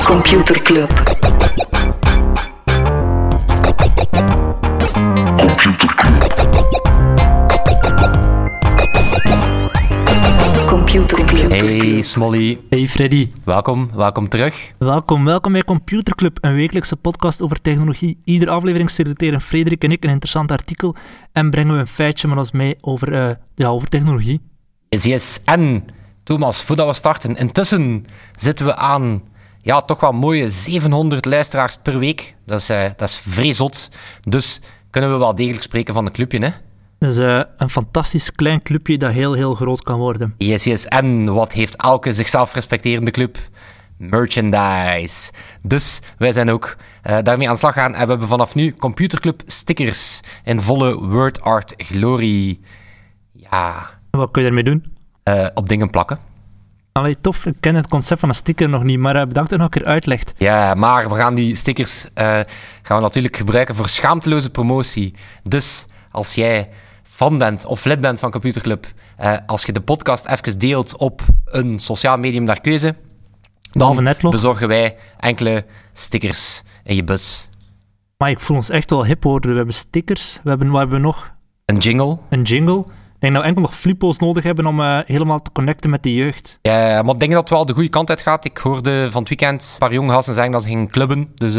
Computer Club. Computer Club. Hey Smolly. Hey Freddy. Welkom terug. Welkom bij Computer Club, een wekelijkse podcast over technologie. Iedere aflevering selecteren Frederik en ik een interessant artikel en brengen we een feitje met ons mee over technologie. Yes. En Thomas, voordat we starten, intussen zitten we aan toch wel mooie 700 luisteraars per week. Dat is vrij zot. Dus kunnen we wel degelijk spreken van een clubje, hè? Dat is een fantastisch klein clubje dat heel groot kan worden. Yes. En wat heeft elke zichzelf respecterende club? Merchandise. Dus wij zijn ook daarmee aan de slag gaan. En we hebben vanaf nu Computerclub stickers in volle word art glorie. Ja. En wat kun je daarmee doen? Op dingen plakken. Allee, tof. Ik ken het concept van een sticker nog niet, maar bedankt dat je nog een keer uitlegt. Ja, maar we gaan die stickers gaan we natuurlijk gebruiken voor schaamteloze promotie. Dus als jij fan bent of lid bent van Computerclub, als je de podcast even deelt op een sociaal medium naar keuze, dan bezorgen wij enkele stickers in je bus. Maar ik voel ons echt wel hip worden. We hebben stickers. Wat hebben we nog? Een jingle. Ik denk dat we enkel nog flippo's nodig hebben om helemaal te connecten met de jeugd. Ja, maar ik denk dat het wel de goede kant uit gaat. Ik hoorde van het weekend een paar jonge gasten zeggen dat ze gingen clubben. Dus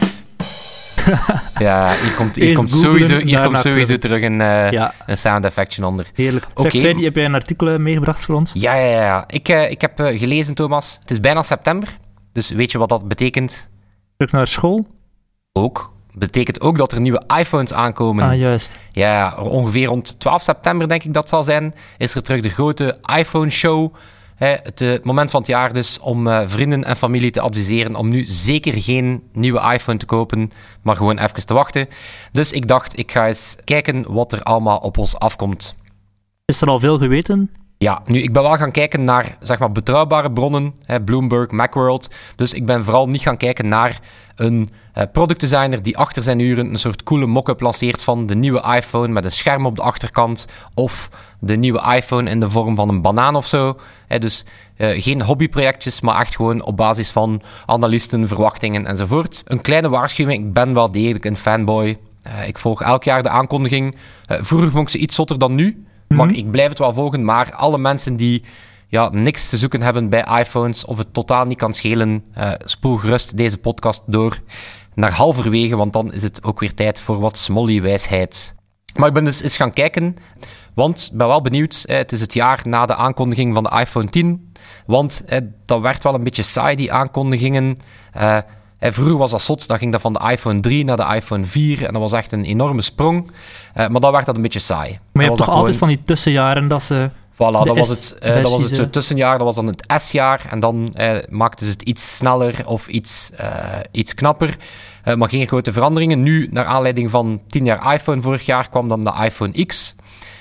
ja, hier komt sowieso terug een sound effectje onder. Heerlijk. Zeg, Freddy, heb jij een artikel meegebracht voor ons? Ja. Ik heb gelezen, Thomas. Het is bijna september. Dus weet je wat dat betekent? Terug naar school? Ook. Betekent ook dat er nieuwe iPhones aankomen. Ah, juist. Ja, ongeveer rond 12 september, denk ik dat zal zijn, is er terug de grote iPhone-show. Het moment van het jaar dus om vrienden en familie te adviseren om nu zeker geen nieuwe iPhone te kopen, maar gewoon even te wachten. Dus ik dacht, ik ga eens kijken wat er allemaal op ons afkomt. Is er al veel geweten? Ja, nu, ik ben wel gaan kijken naar, betrouwbare bronnen, Bloomberg, Macworld. Dus ik ben vooral niet gaan kijken naar een productdesigner die achter zijn uren een soort coole mock-up lanceert van de nieuwe iPhone met een scherm op de achterkant, of de nieuwe iPhone in de vorm van een banaan of zo. Dus geen hobbyprojectjes, maar echt gewoon op basis van analisten, verwachtingen enzovoort. Een kleine waarschuwing, ik ben wel degelijk een fanboy. Ik volg elk jaar de aankondiging. Vroeger vond ik ze iets zotter dan nu. Maar ik blijf het wel volgen. Maar alle mensen die niks te zoeken hebben bij iPhones of het totaal niet kan schelen, spoel gerust deze podcast door naar halverwege, want dan is het ook weer tijd voor wat Smolly-wijsheid. Maar ik ben dus eens gaan kijken, want ik ben wel benieuwd. Het is het jaar na de aankondiging van de iPhone 10. Want dat werd wel een beetje saai, die aankondigingen. Vroeger was dat zot, dan ging dat van de iPhone 3 naar de iPhone 4 en dat was echt een enorme sprong. Maar dan werd dat een beetje saai. Maar je hebt toch altijd van die tussenjaren dat ze... Voilà, dat was het tussenjaar, dat was dan het S-jaar en dan maakten ze het iets sneller of iets knapper. Maar geen grote veranderingen. Nu, naar aanleiding van 10 jaar iPhone vorig jaar, kwam dan de iPhone X.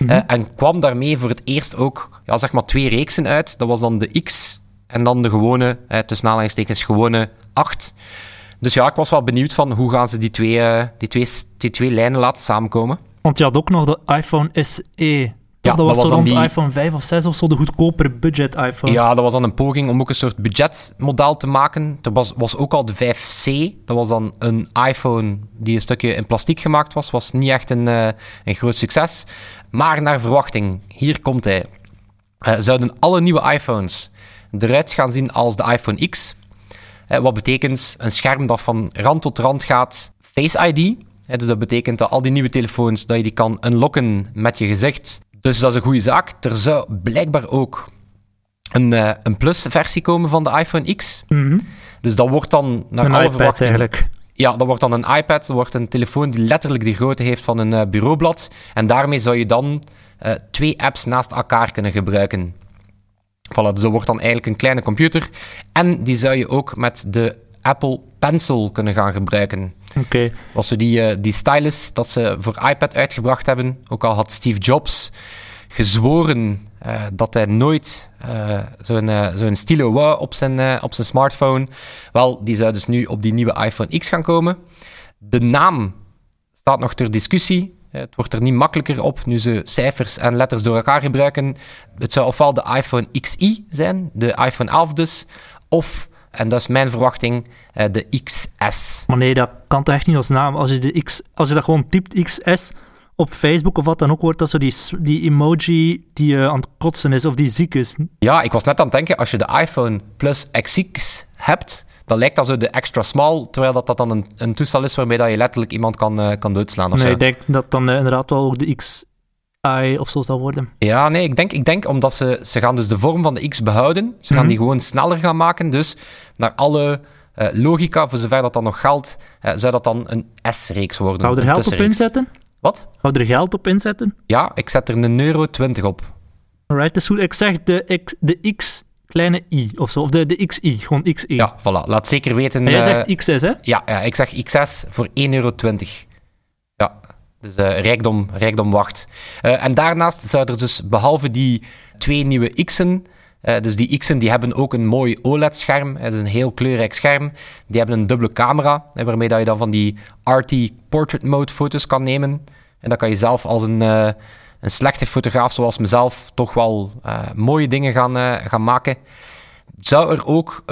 En kwam daarmee voor het eerst ook 2 reeksen uit. Dat was dan de X en dan de gewone, tussen aanhalingstekens, gewone 8. Dus ja, ik was wel benieuwd van hoe gaan ze die twee lijnen laten samenkomen. Want je had ook nog de iPhone SE. Ja, dat was zo rond de iPhone 5 of 6 of zo, de goedkopere budget iPhone. Ja, dat was dan een poging om ook een soort budgetmodel te maken. Er was ook al de 5C. Dat was dan een iPhone die een stukje in plastiek gemaakt was. Was niet echt een groot succes. Maar naar verwachting, hier komt hij. Zouden alle nieuwe iPhones eruit gaan zien als de iPhone X? Wat betekent een scherm dat van rand tot rand gaat. Face ID. Dus dat betekent dat al die nieuwe telefoons, dat je die kan unlocken met je gezicht. Dus dat is een goede zaak. Er zou blijkbaar ook een Plus-versie komen van de iPhone X. Dus dat wordt dan naar een alle iPad verwachting... eigenlijk. Ja, dat wordt dan een iPad. Dat wordt een telefoon die letterlijk de grootte heeft van een bureaublad. En daarmee zou je dan 2 apps naast elkaar kunnen gebruiken. Voilà, dus dat wordt dan eigenlijk een kleine computer. En die zou je ook met de Apple Pencil kunnen gaan gebruiken. Oké. Was zo die stylus dat ze voor iPad uitgebracht hebben. Ook al had Steve Jobs gezworen dat hij nooit zo'n stilo wou op zijn smartphone. Wel, die zou dus nu op die nieuwe iPhone X gaan komen. De naam staat nog ter discussie. Het wordt er niet makkelijker op nu ze cijfers en letters door elkaar gebruiken. Het zou ofwel de iPhone XI zijn, de iPhone 11 dus, of En dat is mijn verwachting, de XS. Maar nee, dat kan toch echt niet als naam. Als je dat gewoon typt XS op Facebook of wat dan ook, wordt dat zo die emoji die aan het kotsen is of die ziek is. Ja, ik was net aan het denken, als je de iPhone Plus XX hebt, dan lijkt dat zo de extra small, terwijl dat dan een toestel is waarmee dat je letterlijk iemand kan doodslaan. Of Nee, zo. ik denk dat dan inderdaad wel ook de XI of zo zal worden. Ja, nee, ik denk omdat ze gaan dus de vorm van de X behouden. Ze gaan die gewoon sneller gaan maken. Dus naar alle logica, voor zover dat dan nog geldt, zou dat dan een S-reeks worden. Gaan we er geld op inzetten? Wat? Gaan we er geld op inzetten? Ja, ik zet er €1,20 op. Alright, dus ik zeg de X kleine i of zo, of de XI, gewoon XI. Ja, voilà. Laat zeker weten... En jij zegt XS, hè? Ja, ik zeg XS voor €1,20. Ja, dus rijkdom wacht. En daarnaast zou er dus, behalve die 2 nieuwe X'en, dus die X'en die hebben ook een mooi OLED-scherm. Het is een heel kleurrijk scherm. Die hebben een dubbele camera, waarmee dat je dan van die RT Portrait Mode foto's kan nemen. En dan kan je zelf als een slechte fotograaf zoals mezelf toch wel mooie dingen gaan maken. Zou er ook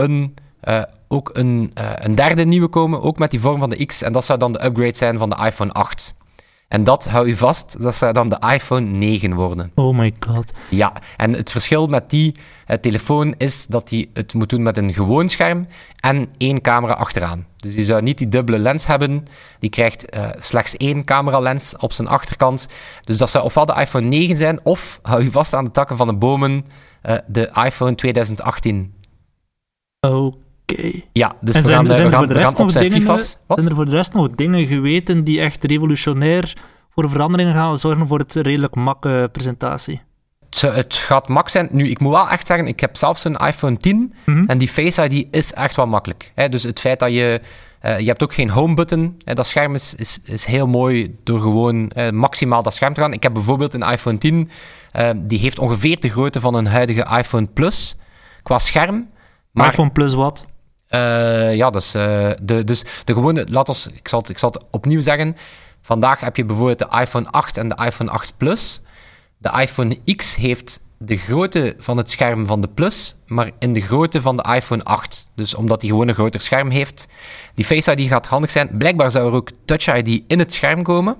een derde nieuwe komen, ook met die vorm van de X. En dat zou dan de upgrade zijn van de iPhone 8. En dat, hou je vast, dat zou dan de iPhone 9 worden. Oh my god. Ja, en het verschil met die telefoon is dat hij het moet doen met een gewoon scherm en 1 camera achteraan. Dus die zou niet die dubbele lens hebben. Die krijgt slechts 1 cameralens op zijn achterkant. Dus dat zou ofwel de iPhone 9 zijn, of, hou je vast aan de takken van de bomen, de iPhone 2018. Oké. Ja, dus en we gaan op zijn dingen, FIFA's. Wat? Zijn er voor de rest nog dingen geweten die echt revolutionair voor veranderingen gaan zorgen voor het redelijk makke presentatie? Het gaat mak zijn. Nu, ik moet wel echt zeggen, ik heb zelf zo'n iPhone 10 en die Face ID is echt wel makkelijk. Dus het feit dat je hebt ook geen home button. Dat scherm is heel mooi door gewoon maximaal dat scherm te gaan. Ik heb bijvoorbeeld een iPhone 10, die heeft ongeveer de grootte van een huidige iPhone Plus qua scherm. Maar iPhone Plus wat? Ja, dus de gewone... Ik zal het opnieuw zeggen. Vandaag heb je bijvoorbeeld de iPhone 8 en de iPhone 8 Plus. De iPhone X heeft de grootte van het scherm van de Plus, maar in de grootte van de iPhone 8. Dus omdat die gewoon een groter scherm heeft. Die Face ID gaat handig zijn. Blijkbaar zou er ook Touch ID in het scherm komen.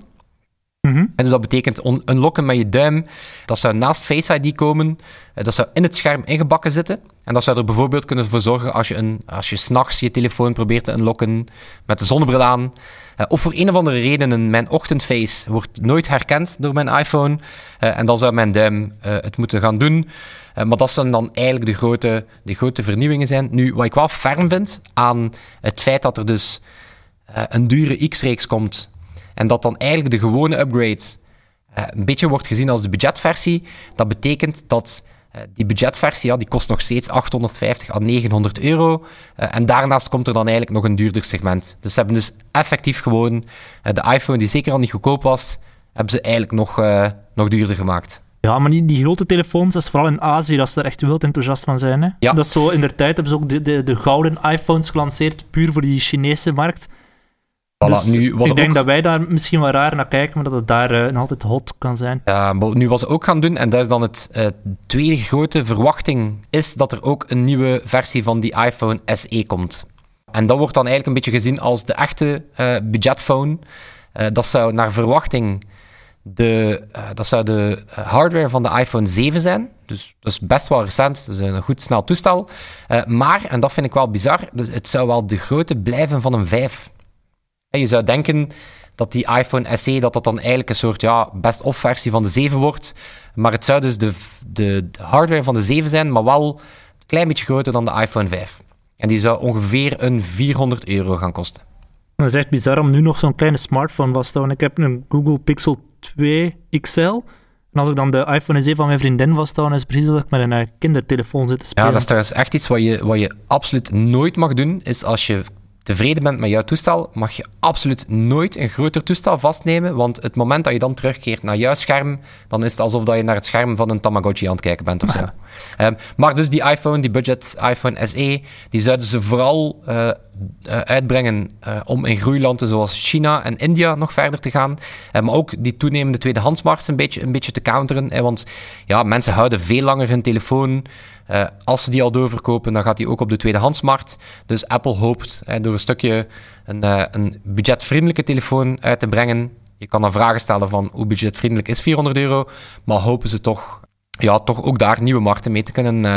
En dus dat betekent unlocken met je duim. Dat zou naast Face ID komen. Dat zou in het scherm ingebakken zitten. En dat zou er bijvoorbeeld kunnen voor zorgen als je 's nachts je telefoon probeert te unlocken met de zonnebril aan. Of voor een of andere reden, mijn ochtendface wordt nooit herkend door mijn iPhone. En dan zou mijn duim het moeten gaan doen. Maar dat zijn dan eigenlijk de grote vernieuwingen zijn. Nu, wat ik wel ferm vind aan het feit dat er dus een dure X-reeks komt en dat dan eigenlijk de gewone upgrade een beetje wordt gezien als de budgetversie. Dat betekent dat die budgetversie, die kost nog steeds €850 à €900. En daarnaast komt er dan eigenlijk nog een duurder segment. Dus ze hebben dus effectief gewoon de iPhone, die zeker al niet goedkoop was, hebben ze eigenlijk nog duurder gemaakt. Ja, maar die grote telefoons, dat is vooral in Azië, dat ze er echt wild enthousiast van zijn. Hè? Ja. Dat is zo, in der tijd hebben ze ook de gouden iPhones gelanceerd, puur voor die Chinese markt. Voilà, Dus nu was ik denk ook... dat wij daar misschien wel raar naar kijken, maar dat het daar nog altijd hot kan zijn. Ja, maar nu wat ze ook gaan doen, en dat is dan het tweede grote verwachting, is dat er ook een nieuwe versie van die iPhone SE komt. En dat wordt dan eigenlijk een beetje gezien als de echte budgetphone. Dat zou naar verwachting dat zou de hardware van de iPhone 7 zijn. Dus dat is best wel recent. Dat is een goed snel toestel. Maar, en dat vind ik wel bizar, dus het zou wel de grootte blijven van een 5. Je zou denken dat die iPhone SE dat dan eigenlijk een soort best-of versie van de 7 wordt. Maar het zou dus de hardware van de 7 zijn, maar wel een klein beetje groter dan de iPhone 5. En die zou ongeveer een €400 gaan kosten. Het is echt bizar om nu nog zo'n kleine smartphone vast te houden. Ik heb een Google Pixel 2 XL. En als ik dan de iPhone SE van mijn vriendin vasthoud, is het precies dat ik met een kindertelefoon zit te spelen. Ja, dat is trouwens echt iets wat je absoluut nooit mag doen, is als je tevreden bent met jouw toestel, mag je absoluut nooit een groter toestel vastnemen, want het moment dat je dan terugkeert naar jouw scherm, dan is het alsof dat je naar het scherm van een Tamagotchi aan het kijken bent of zo. Maar dus die iPhone, die budget iPhone SE, die zouden ze vooral uitbrengen om in groeilanden zoals China en India nog verder te gaan. Maar ook die toenemende tweedehandsmarkt een beetje te counteren. Want ja, mensen houden veel langer hun telefoon Als ze die al doorverkopen, dan gaat die ook op de tweedehandsmarkt. Dus Apple hoopt door een stukje een budgetvriendelijke telefoon uit te brengen. Je kan dan vragen stellen van hoe budgetvriendelijk is €400, maar hopen ze toch ook daar nieuwe markten mee te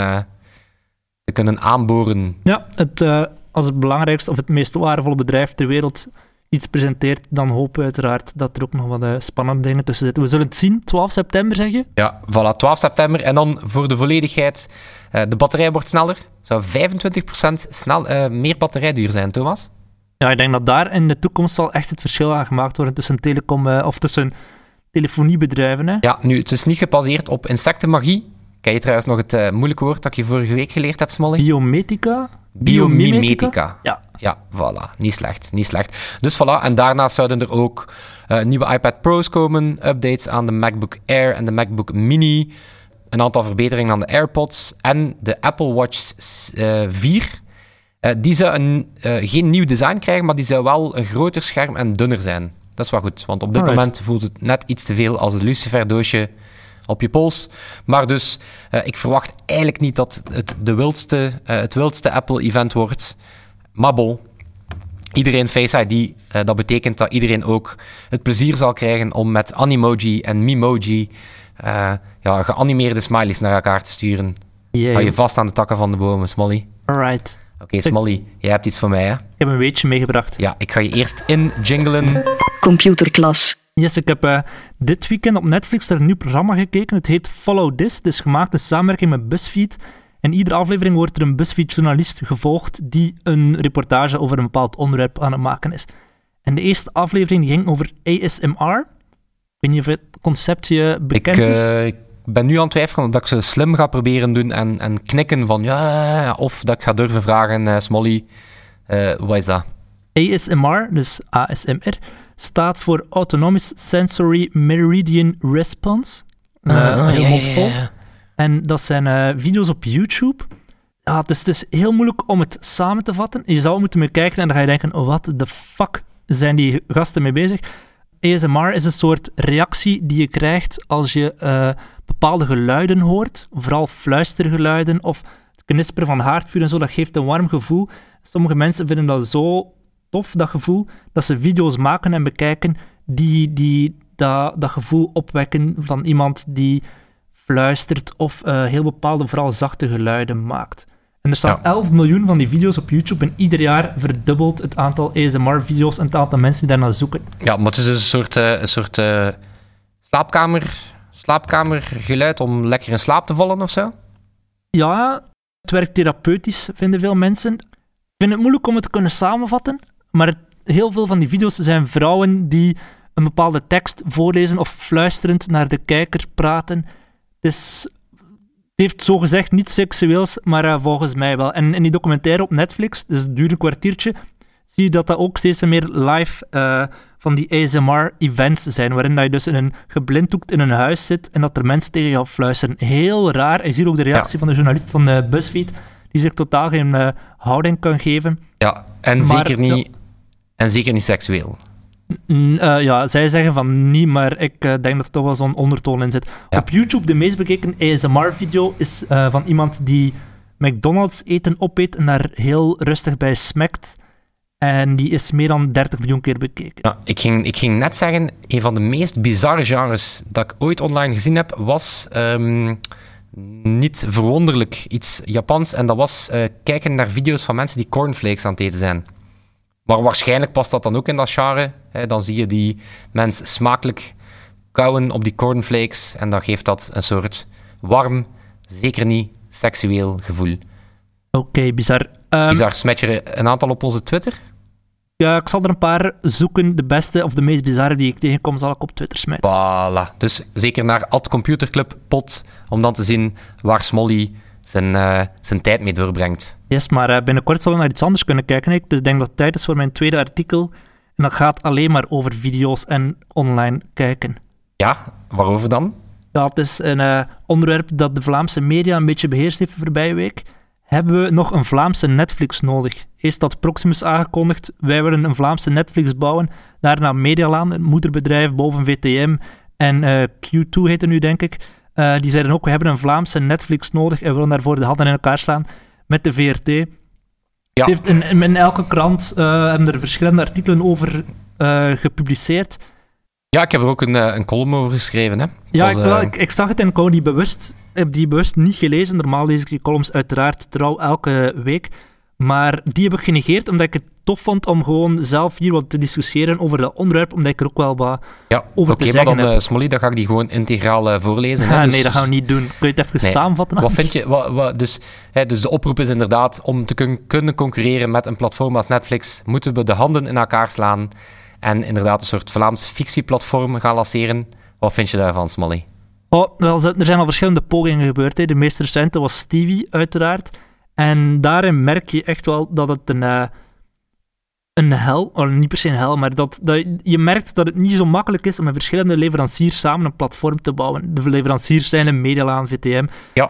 kunnen aanboren. Ja, als het belangrijkste of het meest waardevolle bedrijf ter wereld iets presenteert, dan hopen we uiteraard dat er ook nog wat spannende dingen tussen zitten. We zullen het zien, 12 september zeg je? Ja, voilà, 12 september. En dan voor de volledigheid, de batterij wordt sneller. Zou 25% meer batterijduur zijn, Thomas? Ja, ik denk dat daar in de toekomst wel echt het verschil aan gemaakt wordt tussen tussen telefoniebedrijven. Hè? Ja, nu, het is niet gebaseerd op insectenmagie. Ken je trouwens nog het moeilijke woord dat je vorige week geleerd hebt, Smolly? Biomimetica? Ja, voilà. Niet slecht. Dus voilà, en daarnaast zouden er ook nieuwe iPad Pro's komen, updates aan de MacBook Air en de MacBook Mini, een aantal verbeteringen aan de AirPods en de Apple Watch 4. Die zou geen nieuw design krijgen, maar die zou wel een groter scherm en dunner zijn. Dat is wel goed, want op dit moment voelt het net iets te veel als een luciferdoosje op je pols. Maar dus, ik verwacht eigenlijk niet dat het het wildste Apple-event wordt. Maar bon, iedereen Face ID, dat betekent dat iedereen ook het plezier zal krijgen om met Animoji en Memoji geanimeerde smileys naar elkaar te sturen. Hou je vast aan de takken van de bomen, Smolly. Alright. Oké, Smolly, jij hebt iets voor mij, hè? Ik heb een weetje meegebracht. Ja, ik ga je eerst jinglen. Computerklas. Yes, ik heb dit weekend op Netflix naar een nieuw programma gekeken. Het heet Follow This. Het is gemaakt in samenwerking met BuzzFeed. In iedere aflevering wordt er een BuzzFeed-journalist gevolgd die een reportage over een bepaald onderwerp aan het maken is. En de eerste aflevering ging over ASMR. Ik weet niet of het concept je bekend is. Ik ben nu aan het twijfelen dat ik zo slim ga proberen doen en knikken van ja, of dat ik ga durven vragen, Smolly, wat is dat? ASMR, dus ASMR, staat voor Autonomous Sensory Meridian Response. Heel mondvol. En dat zijn video's op YouTube. Ja, het is heel moeilijk om het samen te vatten. Je zou moeten kijken en dan ga je denken, wat de fuck zijn die gasten mee bezig? ASMR is een soort reactie die je krijgt als je bepaalde geluiden hoort, vooral fluistergeluiden of het knisperen van haardvuur en zo. Dat geeft een warm gevoel. Sommige mensen vinden dat zo tof, dat gevoel, dat ze video's maken en bekijken die dat gevoel opwekken van iemand die fluistert of heel bepaalde, vooral zachte geluiden maakt. En er staan 11 miljoen van die video's op YouTube en ieder jaar verdubbelt het aantal ASMR-video's en het aantal mensen die daarnaar zoeken. Ja, maar het is dus een soort slaapkamergeluid om lekker in slaap te vallen of zo? Ja, het werkt therapeutisch, vinden veel mensen. Ik vind het moeilijk om het te kunnen samenvatten, maar heel veel van die video's zijn vrouwen die een bepaalde tekst voorlezen of fluisterend naar de kijker praten. Dus het heeft zogezegd niets seksueels, maar volgens mij wel. En in die documentaire op Netflix, dus het duurt een kwartiertje, zie je dat ook steeds meer live van die ASMR-events zijn, waarin dat je dus geblinddoekt in een huis zit en dat er mensen tegen jou fluisteren. Heel raar. En je ziet ook de reactie van de journalist van BuzzFeed, die zich totaal geen houding kan geven. Ja, en zeker niet seksueel. Ja, zij zeggen van niet, maar ik denk dat er toch wel zo'n ondertoon in zit. Ja. Op YouTube, de meest bekeken ASMR-video is van iemand die McDonald's eten opeet en daar heel rustig bij smekt. En die is meer dan 30 miljoen keer bekeken. Ja, ik ging net zeggen, een van de meest bizarre genres dat ik ooit online gezien heb, was niet verwonderlijk iets Japans. En dat was kijken naar video's van mensen die cornflakes aan het eten zijn. Maar waarschijnlijk past dat dan ook in dat genre. Hè? Dan zie je die mensen smakelijk kauwen op die cornflakes en dan geeft dat een soort warm, zeker niet seksueel gevoel. Oké, bizar. Bizar. Smet je er een aantal op onze Twitter? Ja, ik zal er een paar zoeken. De beste of de meest bizarre die ik tegenkom, zal ik op Twitter smijten. Voilà. Dus zeker naar @computerclubpod, om dan te zien waar Smolly zijn tijd mee doorbrengt. Yes, maar binnenkort zullen we naar iets anders kunnen kijken. Ik denk dat het tijd is voor mijn tweede artikel. En dat gaat alleen maar over video's en online kijken. Ja, waarover dan? Ja, het is een onderwerp dat de Vlaamse media een beetje beheerst heeft de voorbije week. Hebben we nog een Vlaamse Netflix nodig? Eerst had Proximus aangekondigd, wij willen een Vlaamse Netflix bouwen. Daarna Medialaan, een moederbedrijf boven VTM. En Q2 heet het nu, denk ik. Die zeiden ook, we hebben een Vlaamse Netflix nodig en we willen daarvoor de handen in elkaar slaan met de VRT. Ja. Het heeft in elke krant hebben er verschillende artikelen over gepubliceerd. Ja, ik heb er ook een column over geschreven. Hè. Ja, ik zag het en ik heb die bewust niet gelezen. Normaal lees ik die columns uiteraard trouw elke week. Maar die heb ik genegeerd omdat ik het tof vond om gewoon zelf hier wat te discussiëren over dat onderwerp, omdat ik er ook wel wat over te zeggen heb. Maar dan, Smolly, dan ga ik die gewoon integraal voorlezen. Hè. Nee, dat gaan we niet doen. Kun je het even samenvatten? Wat vind je? Dus de oproep is inderdaad, om te kunnen concurreren met een platform als Netflix, moeten we de handen in elkaar slaan en inderdaad een soort Vlaams fictieplatform gaan lanceren. Wat vind je daarvan, Smolly? Er zijn al verschillende pogingen gebeurd. Hè. De meest recente was Stevie, uiteraard. En daarin merk je echt wel dat het een hel, niet per se een hel, maar dat je merkt dat het niet zo makkelijk is om met verschillende leveranciers samen een platform te bouwen. De leveranciers zijn een Medialaan, VTM. Ja.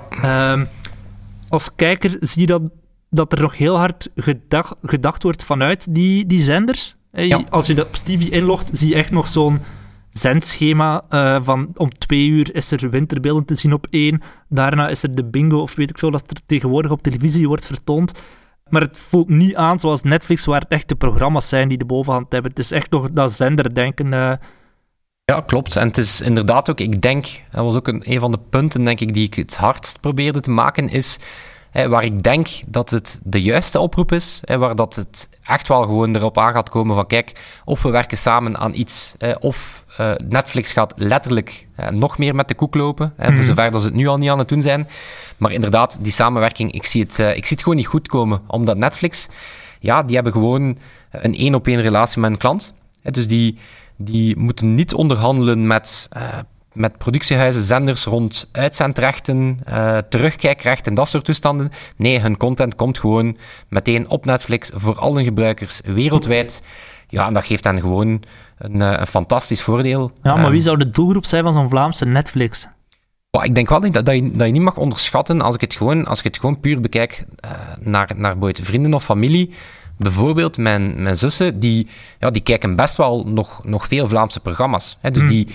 Als kijker zie je dat er nog heel hard gedacht wordt vanuit die zenders. Ja. Als je op Stevie inlogt, zie je echt nog zo'n zendschema van om 2 uur is er winterbeelden te zien op 1. Daarna is er de bingo, of weet ik veel, dat er tegenwoordig op televisie wordt vertoond. Maar het voelt niet aan zoals Netflix, waar het echt de programma's zijn die de bovenhand hebben. Het is echt nog dat zenderdenken. Ja, klopt. En het is inderdaad ook, ik denk, dat was ook een van de punten, denk ik, die ik het hardst probeerde te maken, is waar ik denk dat het de juiste oproep is, waar dat het echt wel gewoon erop aan gaat komen van, kijk, of we werken samen aan iets, of Netflix gaat letterlijk nog meer met de koek lopen, voor zover dat ze het nu al niet aan het doen zijn. Maar inderdaad, die samenwerking, ik zie het gewoon niet goed komen, omdat Netflix, ja, die hebben gewoon een 1-op-1 relatie met een klant. Dus die moeten niet onderhandelen met productiehuizen, zenders rond uitzendrechten, terugkijkrechten en dat soort toestanden. Nee, hun content komt gewoon meteen op Netflix voor al hun gebruikers wereldwijd. Ja, en dat geeft hen gewoon een fantastisch voordeel. Ja, maar wie zou de doelgroep zijn van zo'n Vlaamse Netflix? Ik denk wel dat je niet mag onderschatten, als ik het gewoon puur bekijk naar bijvoorbeeld vrienden of familie. Bijvoorbeeld mijn zussen, die kijken best wel nog veel Vlaamse programma's. Hè. Dus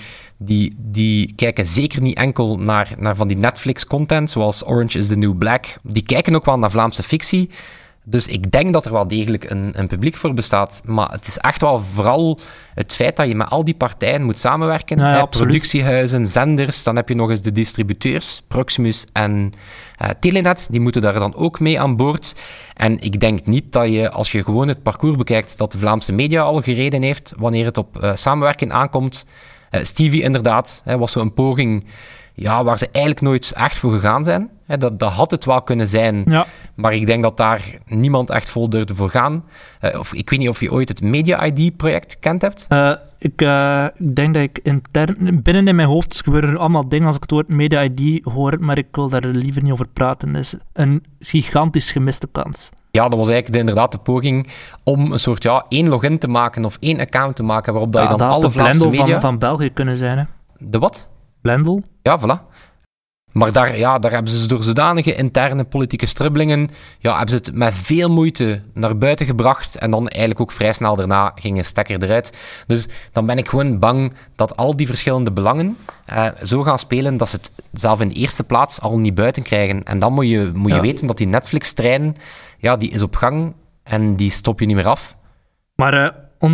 die kijken zeker niet enkel naar van die Netflix-content, zoals Orange is the New Black. Die kijken ook wel naar Vlaamse fictie. Dus ik denk dat er wel degelijk een publiek voor bestaat. Maar het is echt wel vooral het feit dat je met al die partijen moet samenwerken. Ja, productiehuizen, zenders, dan heb je nog eens de distributeurs, Proximus en Telenet. Die moeten daar dan ook mee aan boord. En ik denk niet dat je, als je gewoon het parcours bekijkt, dat de Vlaamse media al gereden heeft wanneer het op samenwerking aankomt. Stevie inderdaad, was zo'n poging waar ze eigenlijk nooit echt voor gegaan zijn. Dat had het wel kunnen zijn, maar ik denk dat daar niemand echt vol durfde voor gaan. Ik weet niet of je ooit het Media ID-project kent hebt. Ik denk dat ik binnen in mijn hoofd gebeuren er allemaal dingen als ik het woord Media ID hoor, maar ik wil daar liever niet over praten. Dat is een gigantisch gemiste kans. Ja, dat was eigenlijk inderdaad de poging om een soort 1 login te maken of 1 account te maken waarop dat je dan alle Vlaamse media... Blendel van België kunnen zijn, hè? De wat? Blendel? Ja, voilà. Maar daar hebben ze door zodanige interne politieke strubbelingen, hebben ze het met veel moeite naar buiten gebracht en dan eigenlijk ook vrij snel daarna ging een stekker eruit. Dus dan ben ik gewoon bang dat al die verschillende belangen zo gaan spelen dat ze het zelf in de eerste plaats al niet buiten krijgen. En dan moet je weten dat die Netflix-trein, die is op gang en die stop je niet meer af. Maar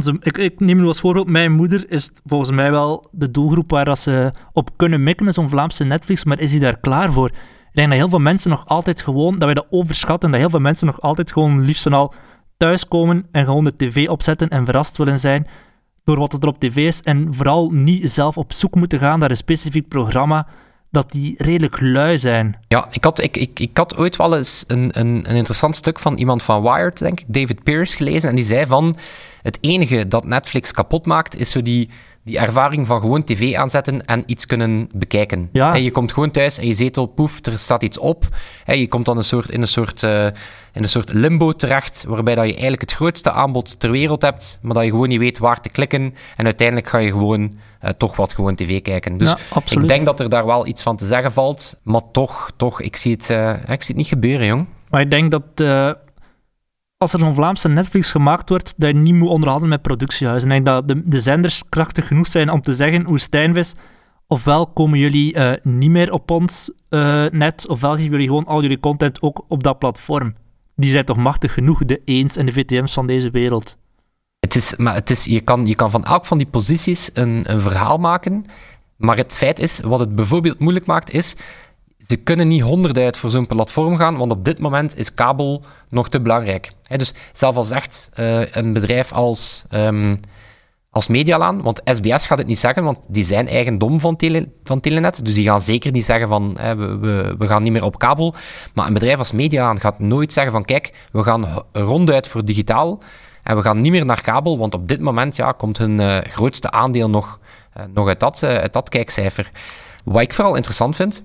ik neem nu als voorbeeld, mijn moeder is volgens mij wel de doelgroep waar ze op kunnen mikken met zo'n Vlaamse Netflix, maar is hij daar klaar voor? Ik denk dat heel veel mensen nog altijd gewoon, dat wij dat overschatten, dat heel veel mensen nog altijd gewoon liefst en al thuiskomen en gewoon de tv opzetten en verrast willen zijn door wat er op tv is en vooral niet zelf op zoek moeten gaan naar een specifiek programma, dat die redelijk lui zijn. Ja, ik had ooit wel eens een interessant stuk van iemand van Wired, denk ik, David Pierce, gelezen. En die zei van, het enige dat Netflix kapot maakt, is zo die ervaring van gewoon tv aanzetten en iets kunnen bekijken. Ja. Je komt gewoon thuis en je zetel, poef, er staat iets op. Je komt dan in een soort limbo terecht, waarbij dat je eigenlijk het grootste aanbod ter wereld hebt, maar dat je gewoon niet weet waar te klikken. En uiteindelijk ga je gewoon toch wat gewoon tv kijken. Dus ik denk dat er daar wel iets van te zeggen valt, maar toch, ik zie het niet gebeuren, jong. Maar ik denk dat als er zo'n Vlaamse Netflix gemaakt wordt, dat je niet moet onderhandelen met productiehuizen. Ik denk dat de zenders krachtig genoeg zijn om te zeggen hoe Stijnvis ofwel komen jullie niet meer op ons net, ofwel geven jullie gewoon al jullie content ook op dat platform. Die zijn toch machtig genoeg, de Eens en de VTM's van deze wereld. Je kan van elk van die posities een verhaal maken, maar het feit is, wat het bijvoorbeeld moeilijk maakt, is ze kunnen niet 100 uit voor zo'n platform gaan, want op dit moment is kabel nog te belangrijk. Dus zelfs al zegt een bedrijf als Medialaan, want SBS gaat het niet zeggen, want die zijn eigendom van Telenet, dus die gaan zeker niet zeggen van we gaan niet meer op kabel. Maar een bedrijf als Medialaan gaat nooit zeggen van kijk, we gaan ronduit voor digitaal en we gaan niet meer naar kabel, want op dit moment komt hun grootste aandeel nog uit dat kijkcijfer. Wat ik vooral interessant vind,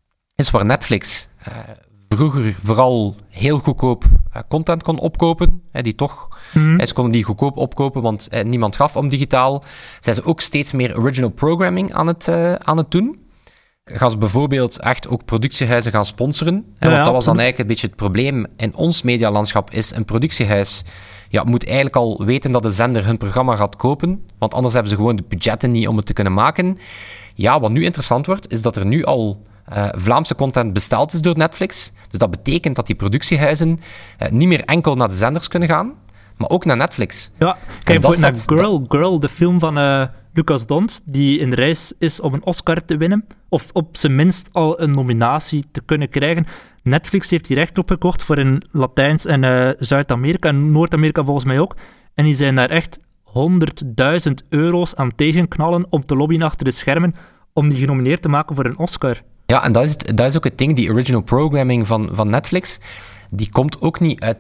is waar Netflix vroeger vooral heel goedkoop content kon opkopen, die toch... Ze konden die goedkoop opkopen, want niemand gaf om digitaal. Zijn ze ook steeds meer original programming aan het doen. Gaan ze bijvoorbeeld echt ook productiehuizen gaan sponsoren. Want dat was dan eigenlijk een beetje het probleem in ons medialandschap, is een productiehuis moet eigenlijk al weten dat de zender hun programma gaat kopen, want anders hebben ze gewoon de budgetten niet om het te kunnen maken. Ja, wat nu interessant wordt, is dat er nu al Vlaamse content besteld is door Netflix. Dus dat betekent dat die productiehuizen niet meer enkel naar de zenders kunnen gaan, maar ook naar Netflix. Ja, kijk bijvoorbeeld naar Girl, de film van Lucas Dont, die in de race is om een Oscar te winnen, of op zijn minst al een nominatie te kunnen krijgen. Netflix heeft die recht opgekocht voor in Latijns en Zuid-Amerika en Noord-Amerika volgens mij ook. En die zijn daar echt 100.000 euro's aan tegenknallen om te lobbyen achter de schermen om die genomineerd te maken voor een Oscar. Ja, en dat is ook het ding, die original programming van Netflix, die komt ook niet uit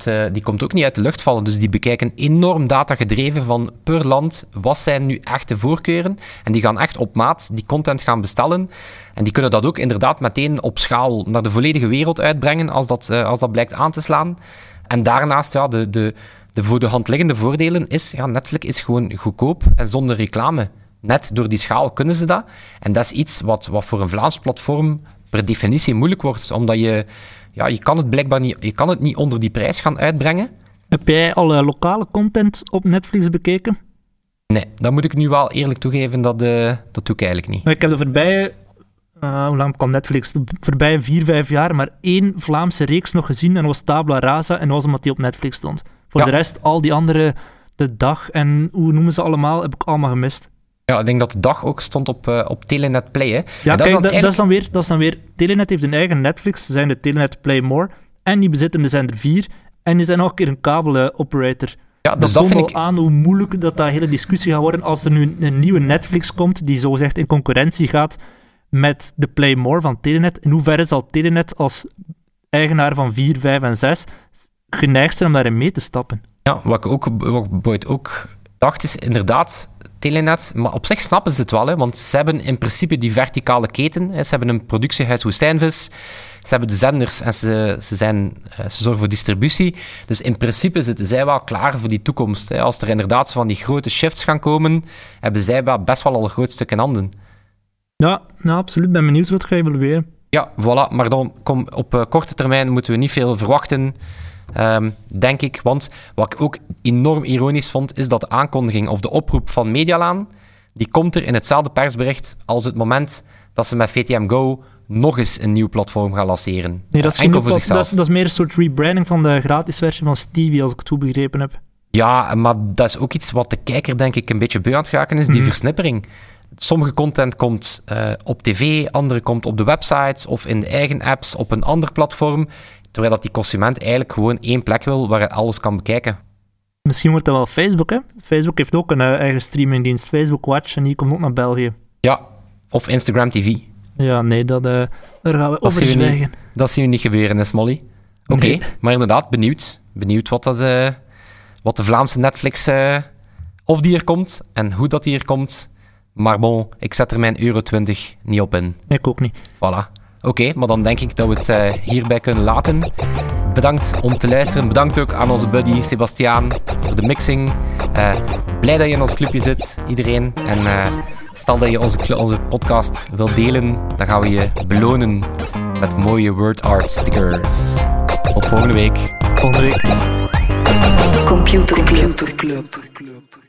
de lucht vallen. Dus die bekijken enorm datagedreven van per land, wat zijn nu echt de voorkeuren. En die gaan echt op maat die content gaan bestellen. En die kunnen dat ook inderdaad meteen op schaal naar de volledige wereld uitbrengen, als dat blijkt aan te slaan. En daarnaast, de voor de hand liggende voordelen is, Netflix is gewoon goedkoop en zonder reclame. Net door die schaal kunnen ze dat. En dat is iets wat voor een Vlaams platform per definitie moeilijk wordt, omdat je kan het blijkbaar niet, je kan het niet onder die prijs gaan uitbrengen. Heb jij al lokale content op Netflix bekeken? Nee, dat moet ik nu wel eerlijk toegeven, dat doe ik eigenlijk niet. Ik heb de voorbije, hoe lang kan Netflix? De voorbije 4-5 jaar maar 1 Vlaamse reeks nog gezien, en dat was Tabula Rasa, en dat was omdat die op Netflix stond. Voor de rest, al die andere, De Dag en hoe noemen ze allemaal, heb ik allemaal gemist. Ja, ik denk dat De Dag ook stond op Telenet Play, hè. Ja, kijk, dat is dan weer... Telenet heeft een eigen Netflix, ze zijn de Telenet Play More, en die bezitten de zender 4, en die zijn nog een keer een kabel-operator. Ja, dus dat vind ik aan hoe moeilijk dat hele discussie gaat worden als er nu een nieuwe Netflix komt, die zogezegd in concurrentie gaat met de Play More van Telenet. In hoeverre zal Telenet als eigenaar van 4, 5 en 6 geneigd zijn om daarin mee te stappen? Ja, wat Boyd ook dacht, is inderdaad Telenet, maar op zich snappen ze het wel, hè, want ze hebben in principe die verticale keten. Hè. Ze hebben een productiehuis Woestijnvis, ze hebben de zenders en ze zorgen voor distributie. Dus in principe zitten zij wel klaar voor die toekomst. Hè. Als er inderdaad van die grote shifts gaan komen, hebben zij wel best wel al een groot stuk in handen. Ja, absoluut. Ik ben benieuwd wat ga je evalueren. Ja, voilà. Maar dan op korte termijn moeten we niet veel verwachten, denk ik. Want wat ik ook enorm ironisch vond, is dat de aankondiging of de oproep van Medialaan, die komt er in hetzelfde persbericht als het moment dat ze met VTM Go nog eens een nieuw platform gaan lanceren. Nee, dat is enkel voor zichzelf. Dat is meer een soort rebranding van de gratis versie van Stevie, als ik het goed begrepen heb. Ja, maar dat is ook iets wat de kijker, denk ik, een beetje beu aan het geraken is, die versnippering. Sommige content komt op tv, andere komt op de websites of in de eigen apps op een ander platform, terwijl dat die consument eigenlijk gewoon één plek wil waar hij alles kan bekijken. Misschien wordt dat wel Facebook, hè? Facebook heeft ook een eigen streamingdienst, Facebook Watch, en die komt ook naar België. Ja, of Instagram TV. Ja, nee, daar gaan we over zwijgen. Dat zien we niet gebeuren, hè, Smolly? Oké, maar inderdaad, benieuwd wat de Vlaamse Netflix, of die er komt en hoe dat die er komt. Maar bon, ik zet er mijn €20 niet op in. Ik ook niet. Voilà. Oké, maar dan denk ik dat we het hierbij kunnen laten. Bedankt om te luisteren. Bedankt ook aan onze buddy Sebastiaan voor de mixing. Blij dat je in ons clubje zit, iedereen. En stel dat je onze podcast wilt delen, dan gaan we je belonen met mooie word art stickers. Tot volgende week. Computer Club.